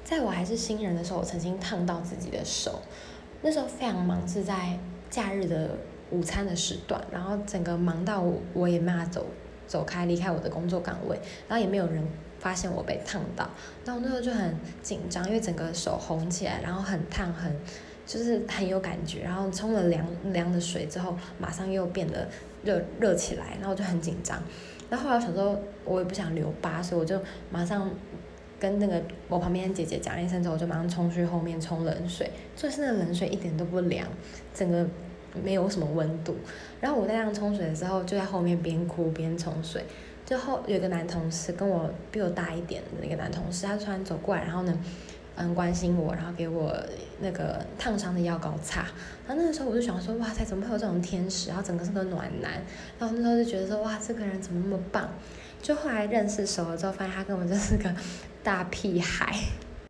在我还是新人的时候，我曾经烫到自己的手，那时候非常忙，是在假日的午餐的时段，然后整个忙到我也没办法走开离开我的工作岗位，然后也没有人发现我被烫到，然后我那时候就很紧张，因为整个手红起来，然后很烫，就是很有感觉，然后冲了凉的水之后，马上又变得热起来，然后我就很紧张。然后后来我想说，我也不想留疤，所以我就马上跟那个我旁边的姐姐讲了一声之后，我就马上冲去后面冲冷水，就是那个冷水一点都不凉，整个没有什么温度。然后我在那样冲水的时候，就在后面边哭边冲水。最后有一个男同事跟我比我大一点的那个男同事，他突然走过来，然后呢，关心我，然后给我那个烫伤的药膏擦。然后那个时候我就想说，哇塞，怎么会有这种天使？然后整个是个暖男。然后那时候就觉得说，哇，这个人怎么那么棒？就后来认识熟了之后，发现他根本就是个大屁孩。